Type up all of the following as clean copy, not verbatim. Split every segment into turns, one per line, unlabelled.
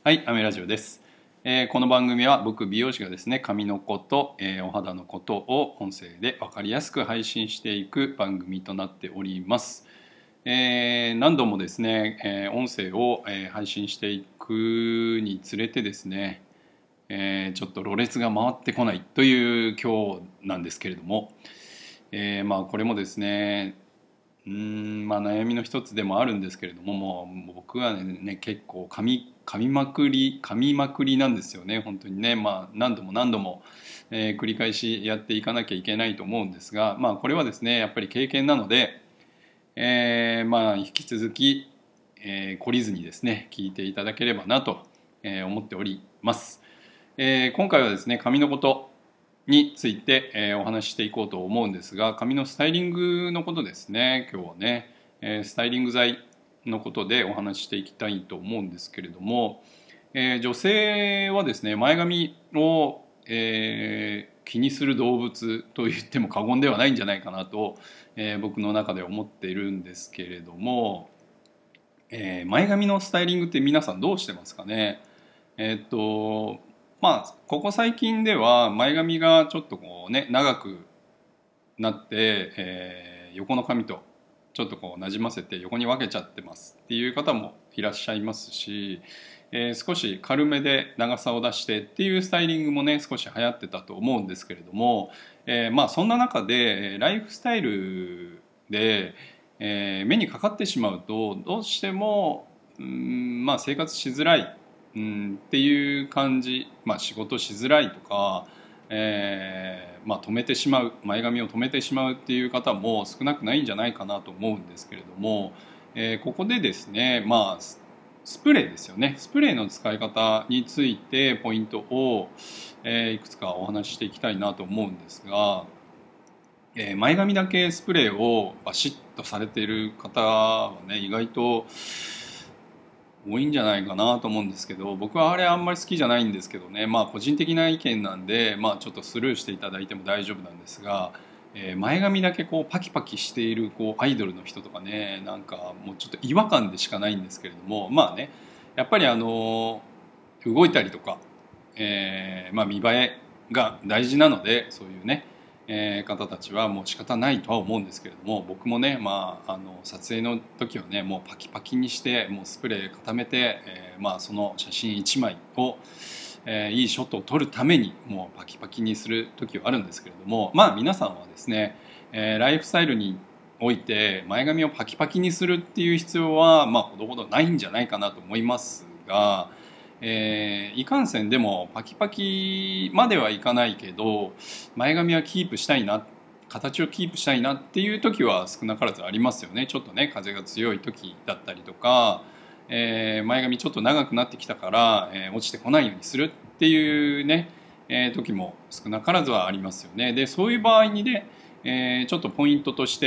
はい、アメラジオです。この番組は僕美容師がですね、髪のこと、お肌のことを音声で分かりやすく配信していく番組となっております。何度もですね、音声を、配信していくにつれてですね、ちょっとろれつが回ってこないという今日なんですけれども、これもですね、悩みの一つでもあるんですけれども、もう僕はね結構噛みまくりなんですよね、本当にね。何度も何度も、繰り返しやっていかなきゃいけないと思うんですが、これはですねやっぱり経験なので、引き続き、懲りずにですね聞いていただければなと、思っております。今回はですね髪のことについて、お話ししていこうと思うんですが、髪のスタイリングのことですね。今日はね、スタイリング剤のことでお話ししていきたいと思うんですけれども、女性はですね前髪を、気にする動物と言っても過言ではないんじゃないかなと、僕の中で思っているんですけれども、前髪のスタイリングって皆さんどうしてますかね。ここ最近では前髪がちょっとこうね長くなって、横の髪とちょっとこうなじませて横に分けちゃってますっていう方もいらっしゃいますし、少し軽めで長さを出してっていうスタイリングもね少し流行ってたと思うんですけれども、そんな中でライフスタイルで、目にかかってしまうとどうしても生活しづらい、っていう感じ、仕事しづらいとか、止めてしまう前髪を止めてしまうっていう方も少なくないんじゃないかなと思うんですけれども、ここでですね、スプレーですよね。スプレーの使い方についてポイントを、いくつかお話ししていきたいなと思うんですが、前髪だけスプレーをバシッとされている方はね意外と多いんじゃないかなと思うんですけど、僕はあれあんまり好きじゃないんですけどね、個人的な意見なんで、ちょっとスルーしていただいても大丈夫なんですが、前髪だけこうパキパキしているこうアイドルの人とかね、なんかもうちょっと違和感でしかないんですけれども、やっぱり動いたりとか、見栄えが大事なので、そういうね方たちはもう仕方ないとは思うんですけれども、僕もね、撮影の時はねもうパキパキにしてもうスプレー固めて、その写真1枚を、いいショットを撮るためにもうパキパキにする時はあるんですけれども、皆さんはですね、ライフスタイルにおいて前髪をパキパキにするっていう必要はほどほどないんじゃないかなと思いますが、いかんせんでもパキパキまではいかないけど前髪はキープしたいな、形をキープしたいなっていう時は少なからずありますよね。ちょっとね風が強い時だったりとか、前髪ちょっと長くなってきたから、落ちてこないようにするっていうね、時も少なからずはありますよね。でそういう場合にね、ちょっとポイントとして、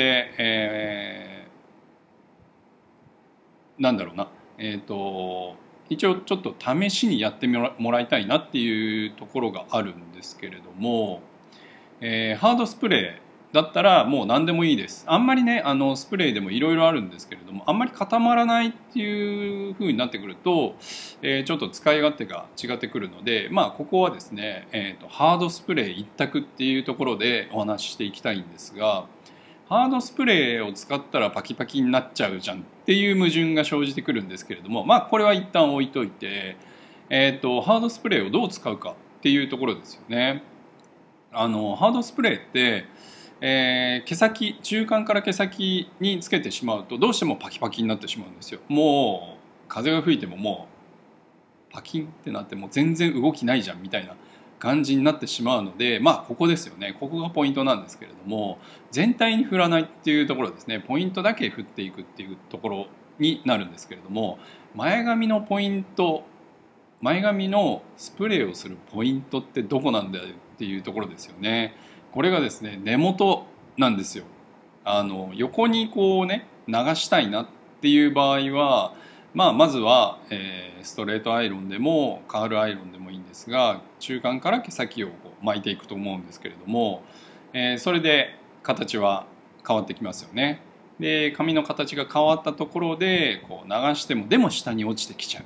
なんだろうな、一応ちょっと試しにやってもらいたいなっていうところがあるんですけれども、ハードスプレーだったらもう何でもいいです。あんまりねスプレーでもいろいろあるんですけれども、あんまり固まらないっていう風になってくると、ちょっと使い勝手が違ってくるので、ここはですね、ハードスプレー一択っていうところでお話ししていきたいんですが、ハードスプレーを使ったらパキパキになっちゃうじゃんっていう矛盾が生じてくるんですけれども、これは一旦置いといて、ハードスプレーをどう使うかっていうところですよね。ハードスプレーって、毛先中間から毛先につけてしまうとどうしてもパキパキになってしまうんですよ。もう風が吹いてももうパキンってなってもう全然動きないじゃんみたいな感じになってしまうので、ここですよね。ここがポイントなんですけれども、全体に振らないっていうところですね。ポイントだけ振っていくっていうところになるんですけれども、前髪のポイント、前髪のスプレーをするポイントってどこなんだよっていうところですよね。これがですね根元なんですよ。横にこうね流したいなっていう場合は、まずは、ストレートアイロンでもカールアイロンでもいいんですが、中間から毛先をこう巻いていくと思うんですけれども、それで形は変わってきますよね。で髪の形が変わったところでこう流してもでも下に落ちてきちゃう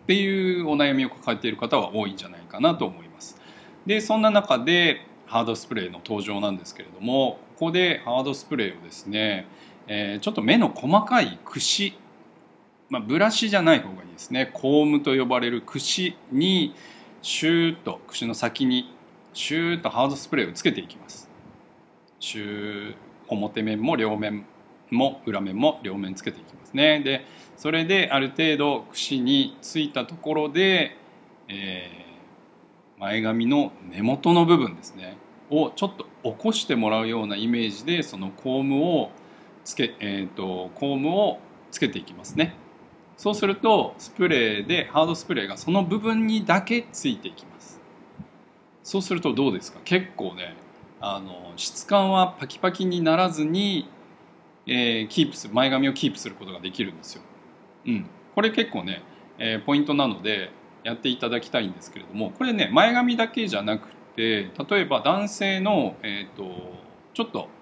っていうお悩みを抱えている方は多いんじゃないかなと思います。でそんな中でハードスプレーの登場なんですけれども、ここでハードスプレーをですね、ちょっと目の細かい櫛、ブラシじゃない方がいいですね、コームと呼ばれる櫛にシューッと、櫛の先にシューッとハードスプレーをつけていきます。シュー、表面も両面も裏面も両面つけていきますね。でそれである程度櫛についたところで、前髪の根元の部分ですねをちょっと起こしてもらうようなイメージで、そのコームをつけていきますね。そうするとスプレーでハードスプレーがその部分にだけついていきます。そうするとどうですか、結構ね質感はパキパキにならずに、前髪をキープすることができるんですよ。これ結構ね、ポイントなのでやっていただきたいんですけれども、これね前髪だけじゃなくて、例えば男性の、ちょっと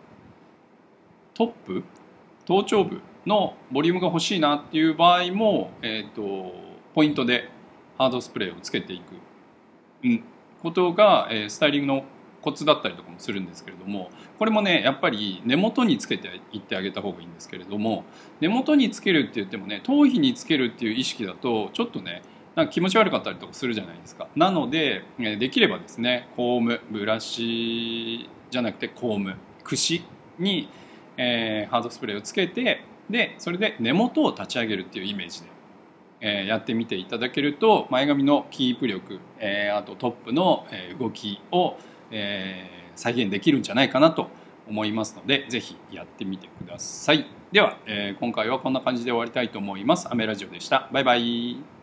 頭頂部のボリュームが欲しいなっていう場合も、ポイントでハードスプレーをつけていく、ことが、スタイリングのコツだったりとかもするんですけれども、これもねやっぱり根元につけていってあげた方がいいんですけれども、根元につけるって言ってもね頭皮につけるっていう意識だとちょっとねなんか気持ち悪かったりとかするじゃないですか。なのでできればですね、コーム、ブラシじゃなくてコーム、櫛に、ハードスプレーをつけて、でそれで根元を立ち上げるっていうイメージで、やってみていただけると前髪のキープ力、あとトップの動きを、再現できるんじゃないかなと思いますので、ぜひやってみてください。では、今回はこんな感じで終わりたいと思います。アメラジオでした。バイバイ。